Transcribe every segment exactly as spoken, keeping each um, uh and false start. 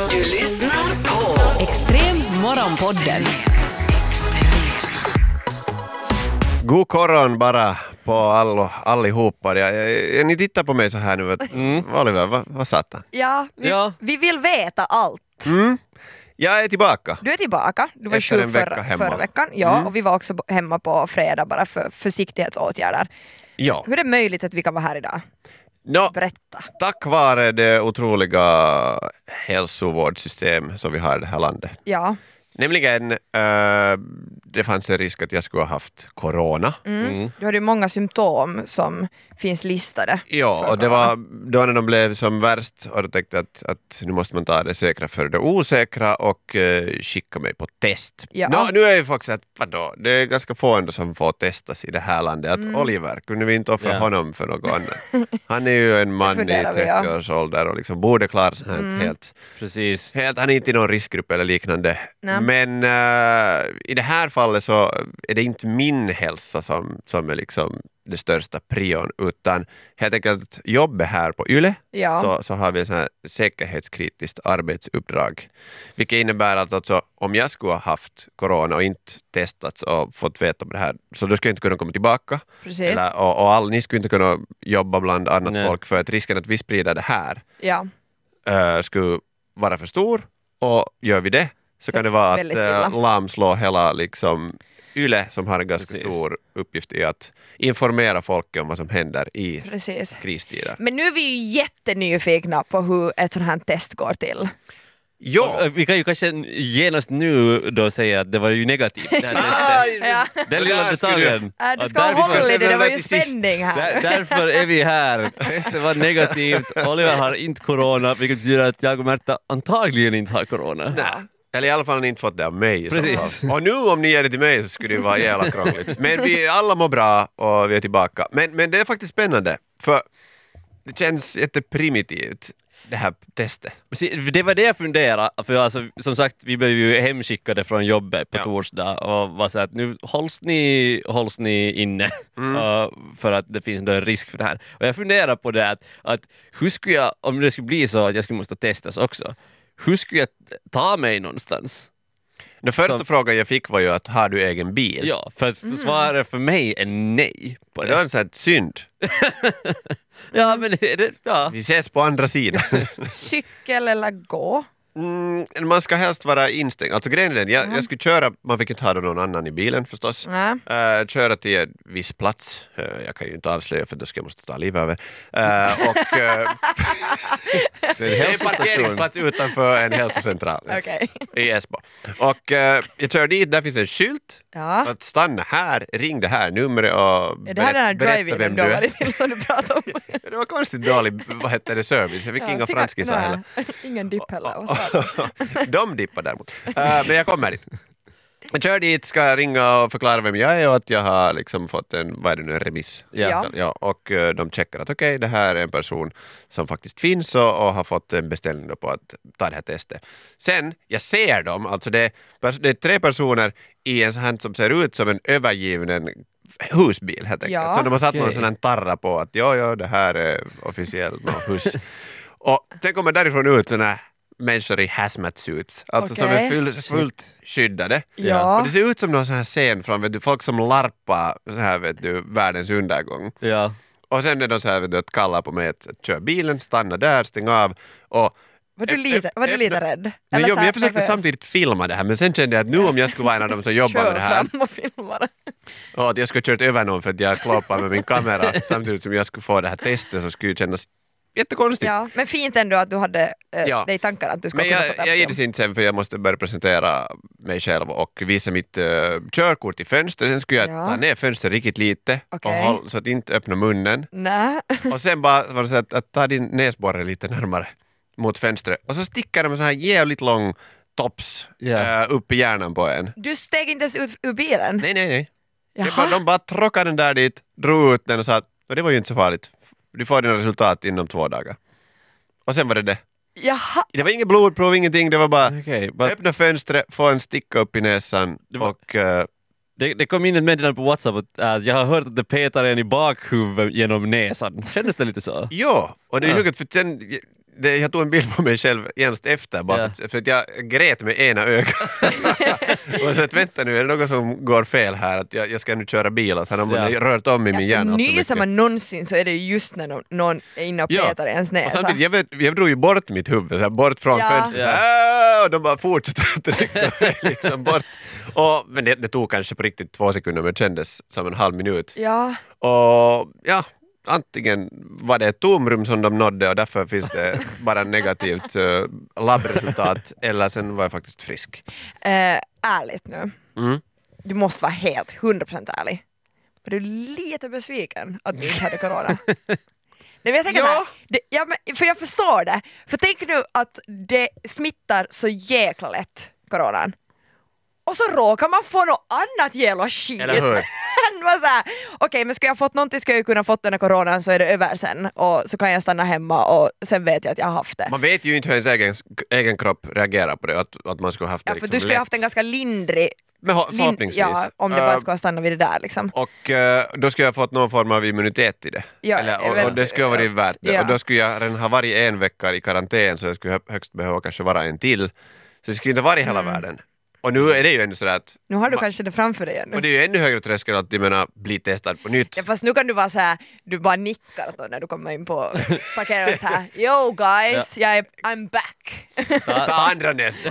Du lyssnar på Extrem Morgonpodden. God koron bara på all, allihopa. Jag, jag, jag, ni tittar på mig så här nu. Mm. Oliver, vad, vad satan? Ja vi, Ja. vi vill veta allt. Mm. Jag är tillbaka. Du är tillbaka. Du var Efter en sjuk vecka förra, hemma. förra veckan. Ja, Mm. och vi var också hemma på fredag bara för försiktighetsåtgärder. Ja. Hur är det möjligt att vi kan vara här idag? No, Berätta. tack vare det otroliga hälsovårdssystem som vi har i det här landet. Ja. Nämligen, äh, det fanns en risk att jag skulle ha haft corona. Mm. Mm. Du hade ju många symptom som finns listade. Ja, för och det corona. var då när de blev som värst och då tänkte jag att, att nu måste man ta det säkra för det osäkra och eh, skicka mig på test. Ja. Nå, nu är ju faktiskt att, vadå, det är ganska få ändå som får testas i det här landet. Att Mm. Oliver, kunde vi inte offra Ja. honom för något annat? Han är ju en man i funderar vi, ja. trettio-årsåldern och liksom borde klara sånt här Mm. helt. Precis. Helt, han är inte i någon riskgrupp eller liknande. Nej. Men äh, i det här fallet så är det inte min hälsa som, som är liksom det största prion, utan helt enkelt jobbet här på Yle, Ja. så, så har vi ett sånt här säkerhetskritiskt arbetsuppdrag. Vilket innebär att alltså, om jag skulle ha haft corona och inte testats och fått veta på det här, så då skulle jag inte kunna komma tillbaka. Precis. Eller, och, och all, ni skulle inte kunna jobba bland annat Nej. folk, för att risken att vi sprider det här Ja. äh, skulle vara för stor, och gör vi det så, Så kan det vara att väldigt äh, illa. lamslå hela liksom Yle, som har en ganska Precis. stor uppgift i att informera folk om vad som händer i Precis. kristider. Men nu är vi ju jättenyfikna på hur ett sånt här test går till. Ja! Och Vi kan ju kanske genast nu då säga att det var ju negativt det här testet. Ja. Den lilla där skulle detaljen. Äh, du Och ska därför- hålla i det, det var ju till sist. spänning här. Där, därför är vi här. Testet var negativt. Oliver har inte corona, vilket betyder att jag och Märta antagligen inte har corona. Nej. Eller i alla fall har ni inte fått det av mig. i så Precis. fall. Och nu om ni ger det till mig så skulle det vara jävla krångligt. Men vi alla mår bra och vi är tillbaka. Men, men det är faktiskt spännande, för det känns jätteprimitivt, det här testet. Se, Det var det jag funderade, för alltså, som sagt, vi blev ju hemskickade från jobbet på Ja. torsdag och var så att nu hålls ni, hålls ni inne uh, för att det finns då en risk för det här. Och jag funderar på det att, att hur skulle jag, om det skulle bli så att jag skulle måste testas också, hur skulle jag ta mig någonstans? Den första Så- frågan jag fick var ju att har du egen bil? Ja, för att svaret för mig är nej på Det det. var en sån här synd. Ja, men är det, ja. Vi ses på andra sidan. Cykel eller gå? Mm, man ska helst vara instängd. Alltså grejen är den, jag, jag skulle köra, man fick inte ha någon annan i bilen förstås. Nej. Uh, köra till en viss plats. Uh, jag kan ju inte avslöja för då ska jag måste ta livet över. Uh, och uh, Det är det är en hälsostation. parkeringsplats utanför en hälsocentral Okej. i Esbo. Och uh, jag kör dit, där finns en skylt. Ja. Att stanna här, ring det här numret och Är det här den här berätta drive-in vem du du har är. varit till som du pratade om? Det var konstigt dålig, vad hette det, service. Jag fick Ja, inga fick- franskisar nej, heller. Ingen dipp heller. Vad sa du? De dippar däremot. Uh, men jag kommer dit. Jag kör dit, ska ringa och förklara vem jag är och att jag har liksom fått en, vad är det nu, en remiss. Ja. Ja, och uh, de checkar att okej, okay, det här är en person som faktiskt finns och, och har fått en beställning då på att ta det här testet. Sen, jag ser dem, alltså det, det är tre personer i en sån här som ser ut som en övergiven husbil helt enkelt. Ja. Så de har satt Okej. någon sån här tarra på att ja, ja, det här är officiellt någon hus. Och sen kommer därifrån ut såna här människor i hazmat suits, alltså som Okej. är full, fullt skyddade. Ja. Och det ser ut som någon sån här scen från, vet du, folk som larpar så här, vet du, världens undergång. Ja. Och sen är de så här, vet du, att kalla på mig att, att köra bilen, stanna där, stänga av och Var du lite, var du lite rädd? Men, Eller jo, så men här jag försökte nervös? samtidigt filma det här, men sen kände jag att nu om jag skulle vara en av dem som jobbar med det här Kör fram och filma det. och att jag skulle kört över någon för att jag klåpar med min kamera samtidigt som jag skulle få det här testet, så skulle det kännas jättekonstigt. Ja, men fint ändå att du hade äh, Ja. det i tankar att du ska Men kunna jag, få ta jag film. gick inte sen för jag måste börja presentera mig själv och visa mitt uh, körkort i fönstret. Sen skulle jag Ja. ta ner fönstret riktigt lite Okej. och håll, så att inte öppna munnen. Nej. Och sen bara var det så att, att ta din näsborre lite närmare mot fönstret. Och så stickar de så här jävligt lång tops Ja. eh, upp i hjärnan på en. Du steg inte ens ut ur bilen? Nej, nej, nej. Det Jaha. bara, de bara tråckade den där dit, drog ut den och sa att "Och det var ju inte så farligt. Du får dina resultat inom två dagar." Och sen var det det. Jaha. Det var inget blodprov, ingenting. Det var bara Okej, but öppna fönstret, få en sticka upp i näsan Det var- och... eh, det, det kom in ett meddelande på WhatsApp att äh, jag har hört att det petar en i bakhuvudet genom näsan. Kändes det lite så? ja, och det är Ja. sjukt för sen, det, jag tog en bild på mig själv genast efter bara Ja. för, för att jag grät med ena ögat. Och så att vänta nu, är det något som går fel här? Att jag, jag ska nu köra bil, att han har Ja. rört om i min Ja, hjärna. för allt för nyser mycket. man någonsin så är det ju just när någon, någon är inne och petar i ens Och näsa. samtidigt, jag, vet, jag drog ju bort mitt huvud, så här, bort från Ja. fönstret, Ja. ja. Och de bara fortsatte att trycka mig liksom bort. Och, men det, det tog kanske på riktigt två sekunder, men det kändes som en halv minut. Ja. Och ja, antingen var det ett tomrum som de nådde och därför finns det bara negativt uh, labbresultat, eller sen var jag faktiskt frisk. Eh, ärligt nu, Mm. du måste vara helt hundra procent ärlig. Var du lite besviken att du inte hade corona? Nej, men jag tänker Ja. så här, det, ja, men, för jag förstår det. För tänk nu att det smittar så jäkla lätt, coronan. Och så råkar man få något annat jävla skit. Eller hur? Han var såhär, okej men ska jag fått någonting ska jag ju kunna fått den här coronan så är det över sen. Och så kan jag stanna hemma och sen vet jag att jag har haft det. Man vet ju inte hur ens egen, egen kropp reagerar på det, att, att man skulle ha haft det Ja, för liksom du skulle ju lätt. haft en ganska lindrig, Men ho- lind, förhoppningsvis. ja, om det bara Uh, skulle stanna vid det där liksom. Och eh, då skulle jag fått någon form av immunitet i det. Ja, Eller, och, och eventuellt. det skulle ha varit värt det. Ja. Och då skulle jag redan ha varit en vecka i karantän, så jag skulle hö- högst behöva kanske vara en till. Så det skulle inte vara i hela Mm. världen. Och nu är det ju ändå sådär att... Nu har du ma- kanske det framför dig ännu. Och det är ju ännu högre tröskel att jag menar, bli testad på nytt. Ja, fast nu kan du vara såhär, du bara nickar då när du kommer in på parkeringen så här. Yo guys, jag är, I'm back. Ta andra nästa.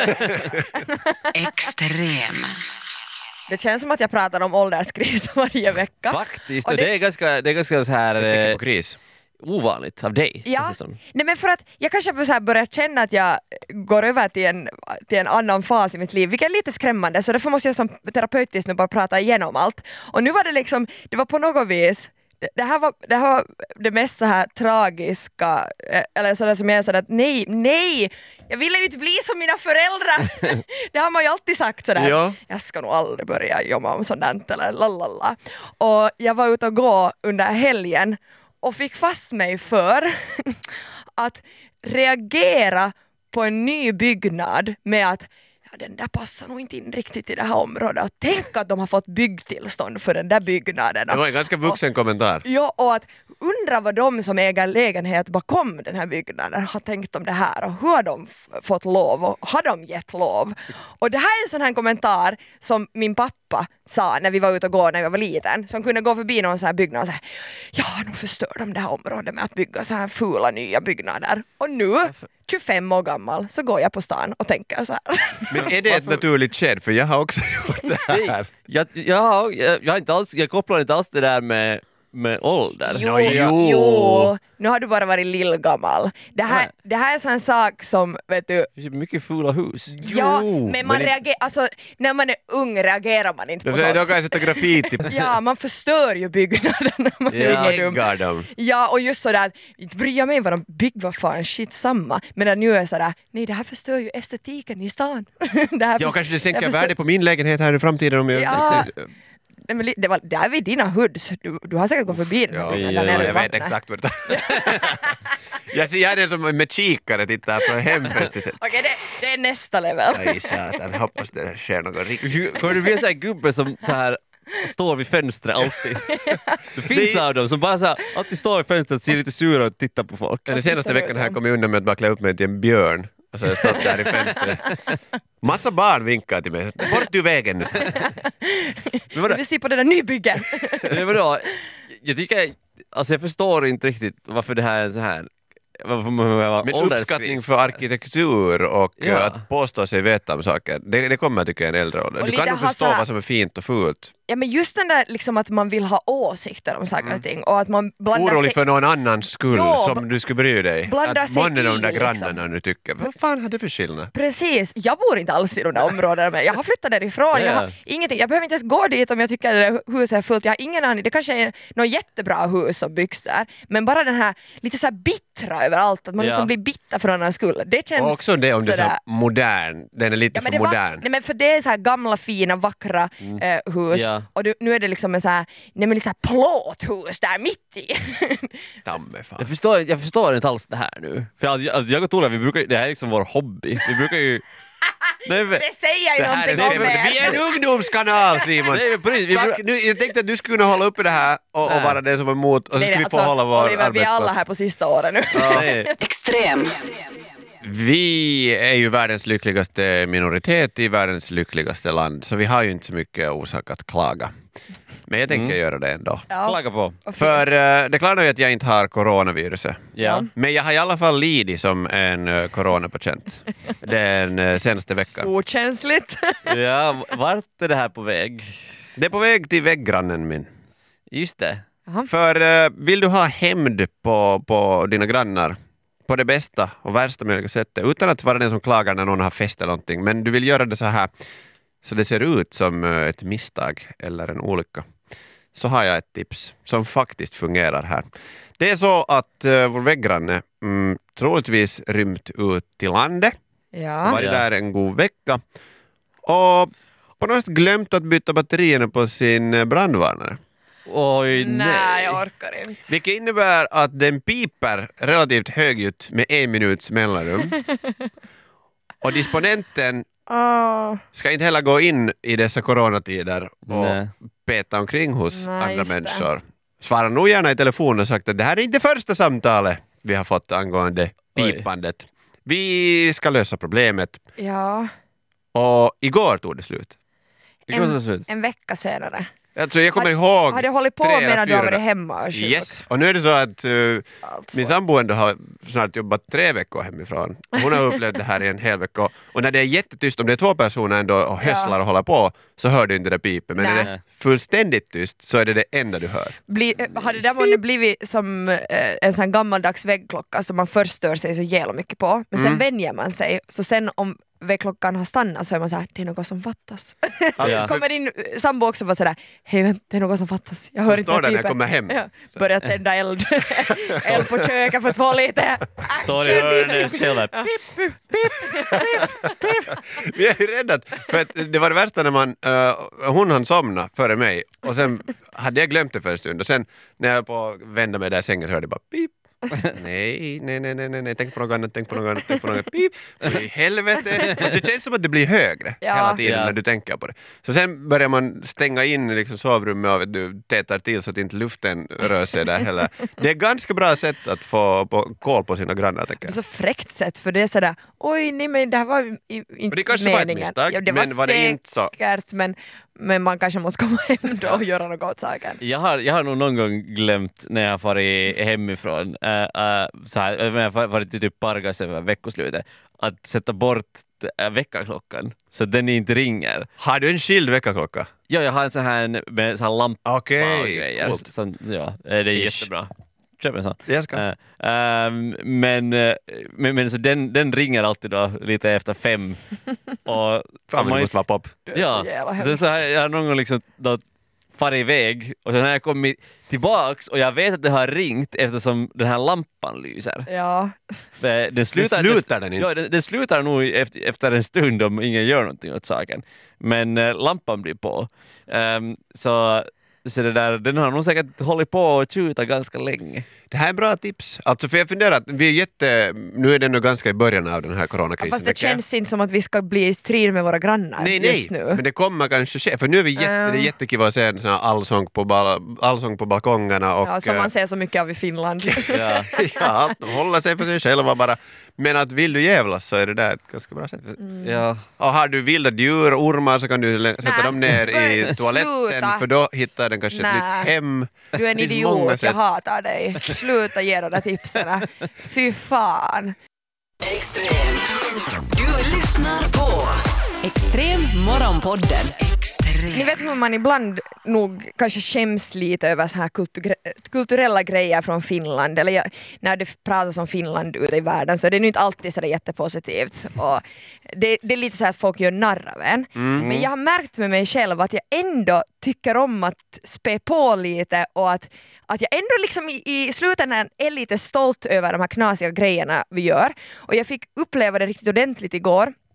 Extrem. Det känns som att jag pratar om ålderskris varje vecka. Faktiskt, Och och det- det är ganska, det är ganska så här Tecken eh, på kris. ovanligt av dig. Ja, känns det som. nej men för att jag kanske så här börjar känna att jag går över till en, till en annan fas i mitt liv, vilket är lite skrämmande, så därför måste jag som terapeutiskt nu bara prata igenom allt. Och nu var det liksom, det var på något vis, det, det, här, var, det här var det mest så här tragiska, eh, eller sådär som jag är sådär att nej, nej, jag ville ju inte bli som mina föräldrar. Det har man ju alltid sagt sådär. Ja. Jag ska nog aldrig börja jobba om sådant eller lalala. Och jag var ute och gå under helgen och fick fast mig för att reagera på en ny byggnad med att ja, den där passar nog inte in riktigt i det här området. Tänk att de har fått byggtillstånd för den där byggnaden. Det var en ganska vuxen kommentar. Ja, och att undra vad de som äger lägenhet bakom den här byggnaden har tänkt om det här och hur har de f- fått lov och har de gett lov? Och det här är en sån här kommentar som min pappa sa när vi var ute och gå när jag var liten, som kunde gå förbi någon sån här byggnad och säga ja, nu förstör de det här området med att bygga så här fula nya byggnader. Och nu, tjugofem år gammal, så går jag på stan och tänker så här. Men är det ett naturligt sked? För jag har också gjort det här. Jag, jag, jag, jag, har inte alls, jag kopplar inte alls det där med, med ålder. Jo, Nå, jo. jo, nu har du bara varit lillgammal. Det här, Nej. det här är en sån sak som, vet du, Det finns ju mycket fula hus. ja, Jo, men man men- reagerar, alltså när man är ung reagerar man inte på Då då sånt. kan jag sätta graffiti på. Ja, man förstör ju byggnaden när man Ja. är ung och dum. Äggar dem. Ja, och just sådär, inte bryr jag mig vad de bygger, vad fan, shit samma. Men där nu är jag sådär, nej det här förstör ju estetiken i stan. det här Ja, förs- kanske det här sänker förstör- värdet på min lägenhet här i framtiden om jag... Ja. Nej, men li- det var där vid dina hoods, du, du har säkert gått förbi den här Ja, byggnaden ja, där ja, nere i jag vet vattnet. exakt vad det är. jag, jag är den som med kikare tittar från hemfestet. Okej, det, det är nästa level. Nej satan, jag hoppas det sker något riktigt. Kommer du bli en sån här gubbe som så här står vid fönstret alltid? Det finns Det- av dem som bara så här, alltid står vid fönstret, ser lite sura och tittar på folk. Den senaste veckan har jag kommit undan med att bara klä upp mig till en björn. Och så har jag stått där i fönstret. Massa barn vinkar till mig. Bort ur vägen nu. Men Jag vadå? vill se på det där nybygget. Men vadå? Jag tycker, alltså jag förstår inte riktigt varför det här är så här. Varför man behöver vara Men ålderskris. uppskattning för arkitektur och Ja. eh, att påstå sig veta om saker, det, det kommer tycker jag i en äldre ålder. Och Du lite kan nog ha förstå så här- vad som är fint och fult. Ja, men just den där liksom att man vill ha åsikter om saker och ting och att man blandar Orolig sig, för någon annans skull Ja, som du skulle bry dig. blandar Att sig mannen och de där i, grannarna liksom. nu tycker, vad fan har det för skillnad? Precis, jag bor inte alls i de där områdena men jag har flyttat därifrån, jag, Ja. har ingenting. Jag behöver inte ens gå dit om jag tycker att det där huset är fullt, jag har ingen aning, det kanske är något jättebra hus som byggs där, men bara den här lite så här bittra över allt, att man Ja. liksom blir bitter för någon skull, det känns Och också det om det är så sådär- här modern, den är lite Ja, men för det var, modern. nej, men för det är så här gamla fina vackra eh, hus Ja. och du, nu är det liksom en så här, nej, men lite så här plåthus där mitt i. Tamme fan. Jag förstår, jag förstår inte alls det här nu. För alltså, jag- alltså, jag och Ola, vi brukar, det här är liksom vår hobby. Vi brukar ju Nej, men, Det säger ju Det här är någonting om skrämmande. Vi är er. en ungdomskanal, Simon! nej, men på riktigt, vi Tack. Nu, jag tänkte att du skulle kunna hålla uppe det här och, och Nej. vara den som var emot och så Nej, skulle vi alltså, få hålla vår Oliver, vi är alla arbetsplats. här på sista året nu. nej. Extrem. Vi är ju världens lyckligaste minoritet i världens lyckligaste land, så vi har ju inte så mycket orsak att klaga. Men jag tänker göra det ändå. Ja. Klaga på. Vad fint. För uh, det klarar ju att jag inte har coronaviruset. Ja. Men jag har i alla fall lidit som en uh, coronapatient den uh, senaste veckan. Okänsligt. ja, vart är det här på väg? Det är på väg till väggrannen min. Just det. För uh, vill du ha hämnd på, på dina grannar på det bästa och värsta möjliga sättet, utan att vara den som klagar när någon har fest eller någonting, men du vill göra det så här så det ser ut som uh, ett misstag eller en olycka, så har jag ett tips som faktiskt fungerar här. Det är så att uh, vår väggranne mm, troligtvis rymt ut till landet, Ja. varit Ja. där en god vecka och på något sätt glömt att byta batterierna på sin uh, brandvarnare. Oj, nej. Nej, jag orkar inte. Vilket innebär att den piper relativt högljutt med en minuts mellanrum. Och disponenten Åh, ska inte heller gå in i dessa coronatider och Nej. peta omkring hos Nej, andra just det. människor. Svara nog gärna i telefonen och sagt att det här är inte första samtalet vi har fått angående Oj. pipandet. Vi ska lösa problemet. ja. Och igår tog det slut. Det går så slut. En vecka senare. Alltså jag kommer Har- ihåg Har du hållit på tre eller medan du har fyra varit dagar. hemma och sjuk? Yes, och nu är det så att uh, Alltså. min sambo ändå har snart jobbat tre veckor hemifrån. Hon har upplevt det här i en hel vecka. Och när det är jättetyst, om det är två personer ändå och hösslar och håller på, så hör du inte det pipen. Men när Nej. det är fullständigt tyst så är det det enda du hör. Bli, eh, har det där månne blivit som eh, en sån gammaldags väggklocka som man först stör sig så jävla mycket på, men sen Mm. vänjer man sig, så sen om väggklockan har stannat så är man såhär, det är något som fattas. Ja. Kommer din sambo också vara sådär, hej vänta, det är något som fattas, jag hör Hon inte står där när jag pipen." kommer hem. Ja, börjar tända eld, eld på köket för att få lite Står i hörnet själv. Vi är ju rädda, för att det var det värsta när man, uh, hon hann somna före mig och sen hade jag glömt det för en stund och sen när jag på att vända mig där i sängen så hörde jag bara pip. Nej, nej, nej, nej, nej, nej, tänk på något annat, tänk på något annat, tänk på något annat, pip, i helvete. Och det känns som att det blir högre Ja. hela tiden Ja. när du tänker på det. Så sen börjar man stänga in liksom sovrummet och vet du tätar till så att inte luften rör sig där heller. Det är ett ganska bra sätt att få på, koll på sina grannar, tänker Det jag. är så fräckt sätt, för det är sådär, oj nej men det här var ju i- inte Men det kanske var ett meningen. misstag, Ja, det men var det inte så? säkert, men, men man kanske måste komma hem då och göra något åt saken. Jag har, jag har nog någon gång glömt när jag har farit hemifrån, äh, äh, så här, jag menar, jag har varit till typ Pargas över veckoslutet, att sätta bort äh, väckarklockan så att den inte ringer. Har du en skild väckarklocka? Ja, jag har en sån här med så här lampa och Okej, grejer. coolt. Sån, ja, det är Ish. jättebra. Köp en sån. Jag ska. Äh, ähm, men, äh, men, men så den, den ringer alltid då lite efter fem. Och, Fan, och men det man- måste vara pop. Du är ja, så jävla så, hemsk. så har jag har någon gång liksom då farit iväg och sen har jag kommit tillbaks och jag vet att det har ringt eftersom den här lampan lyser. Ja, För den slutar, slutar den inte? Ja, den, den slutar nog efter, efter en stund om ingen gör någonting åt saken. Men äh, lampan blir på. Ehm, så så det där, den har nog säkert hållit på och tjuta ganska länge. Det här är bra tips. Alltså för jag funderar att vi är jätte... Nu är det nog ganska i början av den här coronakrisen. fast det tycker jag. känns inte som att vi ska bli i strid med våra grannar Nej, nej, just nu. men det kommer kanske ske. För nu är vi jätte, Ja. det är jättekul att se en sån här allsång på, bal, allsång på balkongerna och... Ja, som eh, man ser så mycket av i Finland. Ja. ja, att hålla sig för sig själva bara. Men att vill du jävlas så är det där ett ganska bra sätt. Ja. Och har du vilda djur, ormar, så kan du lä- sätta Nej. dem ner i Sluta. toaletten för då hittar den kanske ett Nej. nytt hem. Du är en Det finns många idiot, jag sätt. hatar dig. Sluta ge de där tipsen. Fy fan. Extrem. Du lyssnar på Extrem Morgonpodden. Extrem. Ni vet hur man ibland nog kanske skäms lite över så här kultur- kulturella grejer från Finland, eller jag, när det pratas om Finland ute i världen så är det nu inte alltid så där jättepositivt och det, det är lite så här att folk gör narr av en. Men jag har märkt med mig själv att jag ändå tycker om att spä på lite och att att jag ändå liksom i, i slutändan är lite stolt över de här knasiga grejerna vi gör, och jag fick uppleva det riktigt ordentligt igår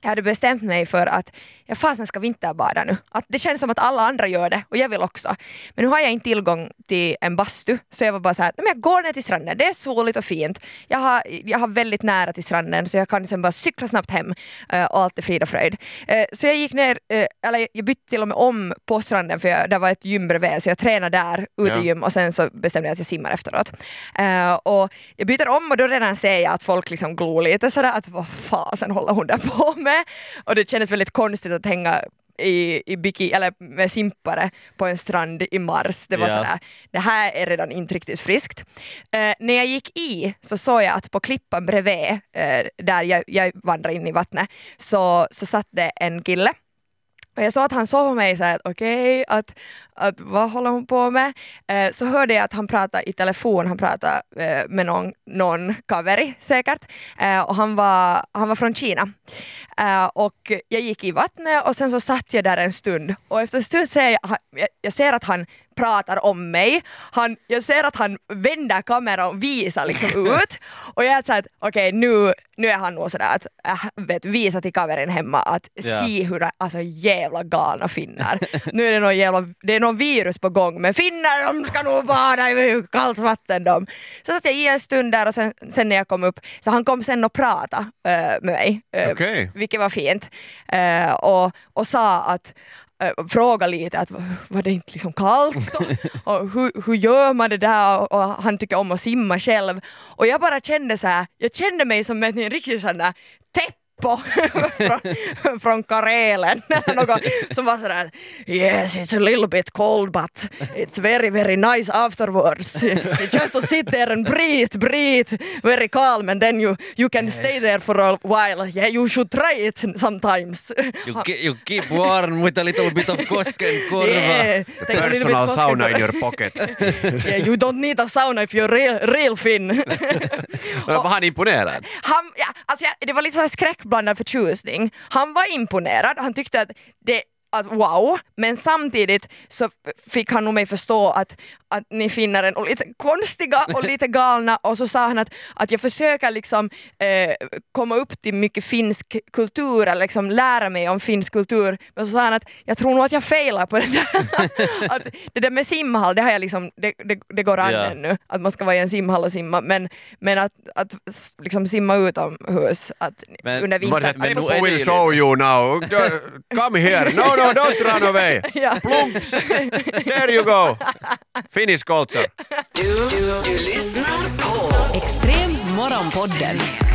jag hade bestämt mig för att jag fasen ska vinterbada nu. Att det känns som att alla andra gör det och jag vill också. Men nu har jag inte tillgång till en bastu så jag var bara så här, men jag går ner till stranden, det är soligt och fint. Jag har, jag har väldigt nära till stranden så jag kan sen bara cykla snabbt hem uh, och allt är frid och fröjd. Uh, så jag gick ner, uh, eller jag bytte till och med om på stranden för jag, där var ett gym bredvid så jag tränade där ute i gym och sen så bestämde jag att jag simmar efteråt. Uh, och jag byter om och då redan ser jag att folk liksom glor lite sådär att vad fasen håller hon där på med? Och det kändes väldigt konstigt att hänga i, i biki, eller med simpare på en strand i mars. Det var ja. sådär, det här är redan inte riktigt friskt. Uh, när jag gick i så såg jag att på klippan bredvid, uh, där jag, jag vandrade in i vattnet, så, så satt det en kille. Och jag såg att han såg på mig så här, okej, okay, att, att vad håller hon på med? Eh, så hörde jag att han pratade i telefon, han pratade eh, med någon, någon kaveri säkert. Eh, och han var, han var från Kina. Eh, och jag gick i vattnet och sen så satt jag där en stund. Och efter en stund ser jag, jag, jag ser att han pratar om mig. Han, jag ser att han vänder kameran och visar liksom ut. Och jag är så att okej, okay, nu, nu är han nog sådär att äh, vet, visa till kameran hemma att yeah. se hur det, alltså jävla galna finnar. Nu är det någon jävla, det är någon virus på gång, men finnar de ska nog bada i kallt vatten de. Så satt jag i en stund där och sen, sen när jag kom upp så han kom sen och prata äh, med mig. Äh, okay. Vilket var fint. Äh, och, och sa att fråga lite att var det inte liksom kallt och, och hur, hur gör man det där och, och han tycker om att simma själv och jag bara kände så här, jag kände mig som en riktigt sån där Teppo från, från Karelen någon som var sådär yes it's a little bit cold but it's very very nice afterwards just to sit there and breathe breathe very calm and then you you can yes. stay there for a while yeah you should try it sometimes you, ke- you keep warm with a little bit of Koskenkorva yeah, personal sauna in your pocket yeah, you don't need a sauna if you're real, real Finn. Var han imponerad? Han, ja, alltså, ja, det var lite så här skräckblandad förtjusning. Han var imponerad, han tyckte att det att wow, men samtidigt så fick han nog mig förstå att, att ni finnar en och lite konstiga och lite galna och så sa han att, att jag försöker liksom eh, komma upp till mycket finsk kultur eller liksom lära mig om finsk kultur, men så sa han att jag tror nog att jag failar på det där. Att det där med simhall, det har jag liksom det, det, det går an yeah. nu, att man ska vara i en simhall och simma, men, men att, att liksom simma utomhus att men, under vintern. Men, men, I will show you now. Come here. No, no, don't run away. Ja. Plumps. There you go. Finnish culture. Du, du, du lyssnar på Extrem Morgonpodden.